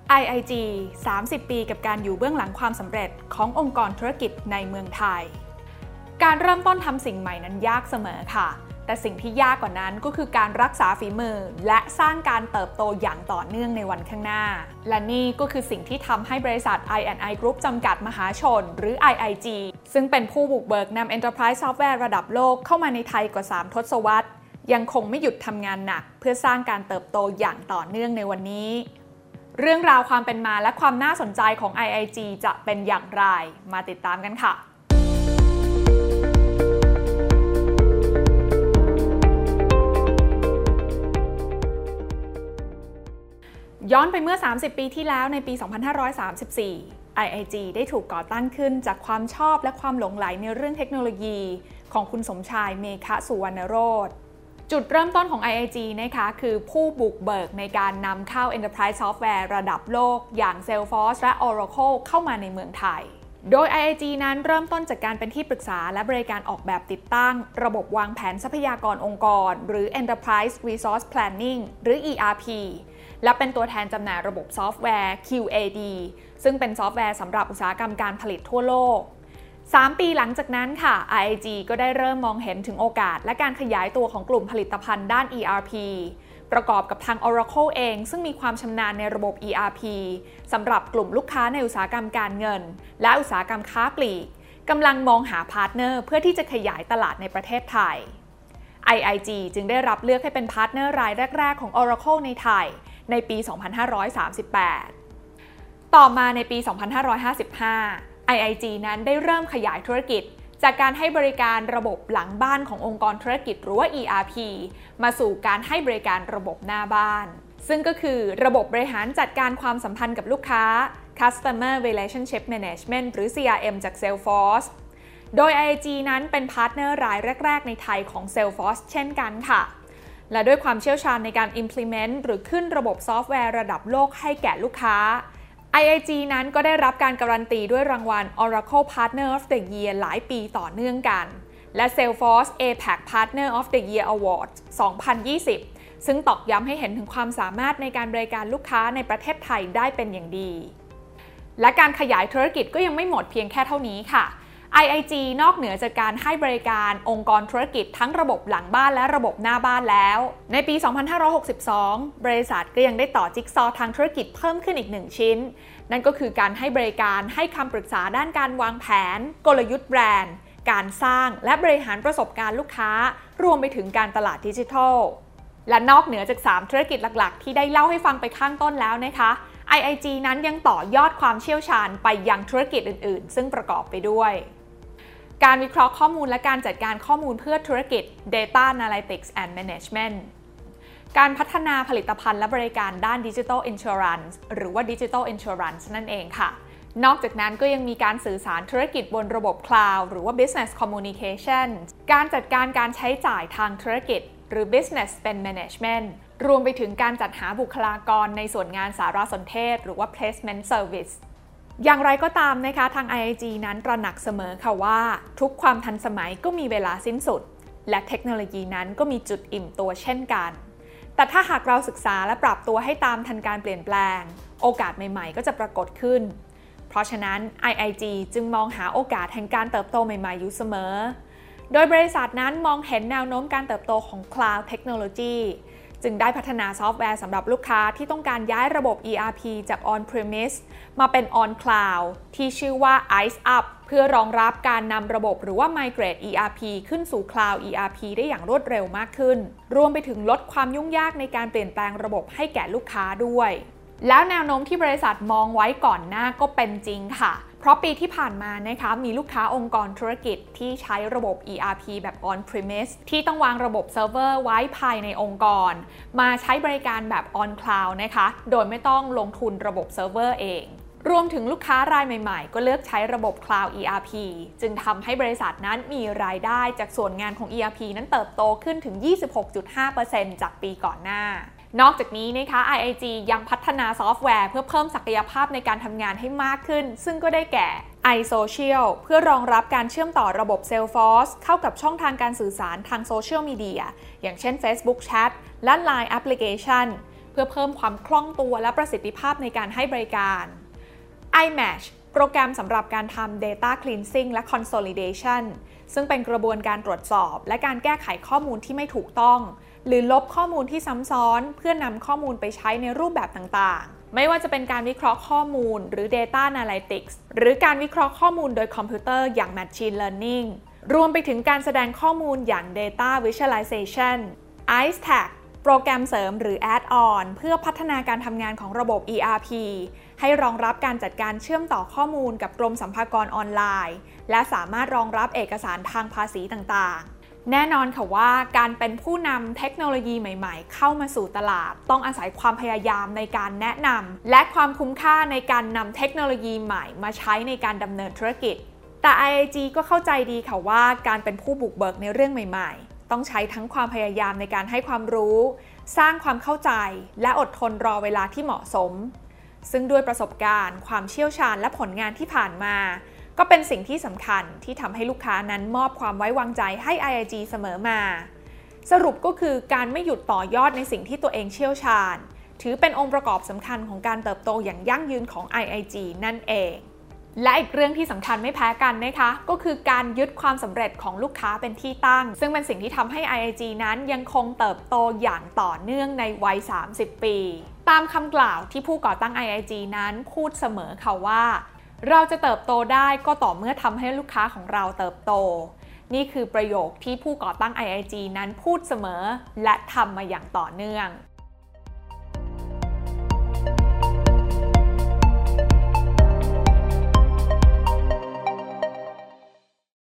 IIG 30 ปีกับการอยู่เบื้องหลังความสำเร็จขององค์กรธุรกิจในเมืองไทยการเริ่มต้นทำสิ่งใหม่นั้นยากเสมอค่ะแต่สิ่งที่ยากกว่านั้นก็คือการรักษาฝีมือและสร้างการเติบโตอย่างต่อเนื่องในวันข้างหน้าและนี่ก็คือสิ่งที่ทำให้บริษัท I&I Group จำกัดมหาชนหรือ IIG ซึ่งเป็นผู้บุกเบิกนำ Enterprise Software ระดับโลกเข้ามาในไทยกว่า3 ทศวรรษยังคงไม่หยุดทำงานหนักเพื่อสร้างการเติบโตอย่างต่อเนื่องในวันนี้เรื่องราวความเป็นมาและความน่าสนใจของ IIG จะเป็นอย่างไรมาติดตามกันค่ะย้อนไปเมื่อ30 ปีที่แล้วในปี 2534 IIG ได้ถูกก่อตั้งขึ้นจากความชอบและความหลงใหลในเรื่องเทคโนโลยีของคุณสมชายเมฆสุวรรณโรจน์จุดเริ่มต้นของ IIG นะคะคือผู้บุกเบิกในการนำเข้า Enterprise Software ระดับโลกอย่าง Salesforce และ Oracle เข้ามาในเมืองไทยโดย IIG นั้นเริ่มต้นจากการเป็นที่ปรึกษาและบริการออกแบบติดตั้งระบบวางแผนทรัพยากรองค์กรหรือ Enterprise Resource Planning หรือ ERP และเป็นตัวแทนจำหน่ายระบบซอฟต์แวร์ QAD ซึ่งเป็นซอฟต์แวร์สำหรับอุตสาหกรรมการผลิตทั่วโลก3 ปีหลังจากนั้นค่ะ IIG ก็ได้เริ่มมองเห็นถึงโอกาสและการขยายตัวของกลุ่มผลิตภัณฑ์ด้าน ERP ประกอบกับทาง Oracle เองซึ่งมีความชำนาญในระบบ ERP สำหรับกลุ่มลูกค้าในอุตสาหกรรมการเงินและอุตสาหกรรมค้าปลีกกำลังมองหาพาร์ทเนอร์เพื่อที่จะขยายตลาดในประเทศไทย IIG จึงได้รับเลือกให้เป็นพาร์ทเนอร์รายแรกๆของ Oracle ในไทยในปี 2538 ต่อมาในปี 2555 IIG นั้นได้เริ่มขยายธุรกิจจากการให้บริการระบบหลังบ้านขององค์กรธุรกิจหรือว่า ERP มาสู่การให้บริการระบบหน้าบ้านซึ่งก็คือระบบบริหารจัดการความสัมพันธ์กับลูกค้า Customer Relationship Management หรือ CRM จาก Salesforce โดย IIG นั้นเป็นพาร์ทเนอร์รายแรกๆในไทยของ Salesforce เช่นกันค่ะและด้วยความเชี่ยวชาญในการ implement หรือขึ้นระบบซอฟต์แวร์ระดับโลกให้แก่ลูกค้า IIG นั้นก็ได้รับการการันตีด้วยรางวัล Oracle Partner of the Year หลายปีต่อเนื่องกันและ Salesforce APAC Partner of the Year Award 2020 ซึ่งตอกย้ำให้เห็นถึงความสามารถในการบริการลูกค้าในประเทศไทยได้เป็นอย่างดีและการขยายธุรกิจก็ยังไม่หมดเพียงแค่เท่านี้ค่ะIIG นอกเหนือจากการให้บริการองค์กรธุรกิจทั้งระบบหลังบ้านและระบบหน้าบ้านแล้วในปี 2562 บริษัทก็ยังได้ต่อจิ๊กซอว์ทางธุรกิจเพิ่มขึ้นอีก1 ชิ้นนั่นก็คือการให้บริการให้คำปรึกษาด้านการวางแผนกลยุทธ์แบรนด์การสร้างและบริหารประสบการณ์ลูกค้ารวมไปถึงการตลาดดิจิทัลและนอกเหนือจาก3ธุรกิจหลักๆที่ได้เล่าให้ฟังไปข้างต้นแล้วนะคะ IIG นั้นยังต่อยอดความเชี่ยวชาญไปยังธุรกิจอื่นๆซึ่งประกอบไปด้วยการวิเคราะห์ข้อมูลและการจัดการข้อมูลเพื่อธุรกิจ Data Analytics and Management การพัฒนาผลิตภัณฑ์และบริการด้าน Digital Insurance หรือว่า Digital Insurance นั่นเองค่ะนอกจากนั้นก็ยังมีการสื่อสารธุรกิจบนระบบ Cloud หรือว่า Business Communication การจัดการการใช้จ่ายทางธุรกิจหรือ Business Spend Management รวมไปถึงการจัดหาบุคลากรในส่วนงานสารสนเทศหรือว่า Placement Serviceอย่างไรก็ตามนะคะทาง IIG นั้นตระหนักเสมอค่ะว่าทุกความทันสมัยก็มีเวลาสิ้นสุดและเทคโนโลยีนั้นก็มีจุดอิ่มตัวเช่นกันแต่ถ้าหากเราศึกษาและปรับตัวให้ตามทันการเปลี่ยนแปลงโอกาสใหม่ๆก็จะปรากฏขึ้นเพราะฉะนั้น IIG จึงมองหาโอกาสแห่งการเติบโตใหม่ๆอยู่เสมอโดยบริษัทนั้นมองเห็นแนวโน้มการเติบโตของ Cloud Technologyจึงได้พัฒนาซอฟต์แวร์สำหรับลูกค้าที่ต้องการย้ายระบบ ERP จาก On-Premise มาเป็น On-Cloud ที่ชื่อว่า IceUp เพื่อรองรับการนำระบบหรือว่า Migrate ERP ขึ้นสู่ Cloud ERP ได้อย่างรวดเร็วมากขึ้นรวมไปถึงลดความยุ่งยากในการเปลี่ยนแปลงระบบให้แก่ลูกค้าด้วยแล้วแนวโน้มที่บริษัทมองไว้ก่อนหน้าก็เป็นจริงค่ะเพราะปีที่ผ่านมานะคะมีลูกค้าองค์กรธุรกิจที่ใช้ระบบ ERP แบบ On-Premise ที่ต้องวางระบบเซิร์ฟเวอร์ไว้ภายในองค์กรมาใช้บริการแบบ On-Cloud นะคะโดยไม่ต้องลงทุนระบบเซิร์ฟเวอร์เองรวมถึงลูกค้ารายใหม่ๆก็เลือกใช้ระบบ Cloud ERP จึงทำให้บริษัทนั้นมีรายได้จากส่วนงานของ ERP นั้นเติบโตขึ้นถึง 26.5% จากปีก่อนหน้านอกจากนี้นะคะ IIG ยังพัฒนาซอฟต์แวร์เพื่อเพิ่มศักยภาพในการทำงานให้มากขึ้นซึ่งก็ได้แก่ iSocial เพื่อรองรับการเชื่อมต่อระบบ Salesforce เข้ากับช่องทางการสื่อสารทางโซเชียลมีเดียอย่างเช่น Facebook Chat และ Line Application เพื่อเพิ่มความคล่องตัวและประสิทธิภาพในการให้บริการ iMatch โปรแกรมสำหรับการทำ Data Cleansing และ Consolidation ซึ่งเป็นกระบวนการตรวจสอบและการแก้ไขข้อมูลที่ไม่ถูกต้องหรือลบข้อมูลที่ซ้ำซ้อนเพื่อนำข้อมูลไปใช้ในรูปแบบต่างๆไม่ว่าจะเป็นการวิเคราะห์ข้อมูลหรือ Data Analytics หรือการวิเคราะห์ข้อมูลโดยคอมพิวเตอร์อย่าง Machine Learning รวมไปถึงการแสดงข้อมูลอย่าง Data Visualization IceTag โปรแกรมเสริมหรือ Add-on เพื่อพัฒนาการทำงานของระบบ ERP ให้รองรับการจัดการเชื่อมต่อข้อมูลกับกรมสรรพากรออนไลน์และสามารถรองรับเอกสารทางภาษีต่างๆแน่นอนค่ะว่าการเป็นผู้นำเทคโนโลยีใหม่ๆเข้ามาสู่ตลาดต้องอาศัยความพยายามในการแนะนำและความคุ้มค่าในการนำเทคโนโลยีใหม่มาใช้ในการดำเนินธุรกิจแต่ IIG ก็เข้าใจดีค่ะว่าการเป็นผู้บุกเบิกในเรื่องใหม่ๆต้องใช้ทั้งความพยายามในการให้ความรู้สร้างความเข้าใจและอดทนรอเวลาที่เหมาะสมซึ่งด้วยประสบการณ์ความเชี่ยวชาญและผลงานที่ผ่านมาก็เป็นสิ่งที่สำคัญที่ทำให้ลูกค้านั้นมอบความไว้วางใจให้ IIG เสมอมาสรุปก็คือการไม่หยุดต่อยอดในสิ่งที่ตัวเองเชี่ยวชาญถือเป็นองค์ประกอบสำคัญของการเติบโตอย่างยั่งยืนของ IIG นั่นเองและอีกเรื่องที่สำคัญไม่แพ้กันนะคะก็คือการยึดความสำเร็จของลูกค้าเป็นที่ตั้งซึ่งเป็นสิ่งที่ทำให้ IIG นั้นยังคงเติบโตอย่างต่อเนื่องในวัย 30 ปีตามคำกล่าวที่ผู้ก่อตั้ง IIG นั้นพูดเสมอค่ะว่าเราจะเติบโตได้ก็ต่อเมื่อทำให้ลูกค้าของเราเติบโตนี่คือประโยคที่ผู้ก่อตั้ง IIG นั้นพูดเสมอและทำมาอย่างต่อเนื่อง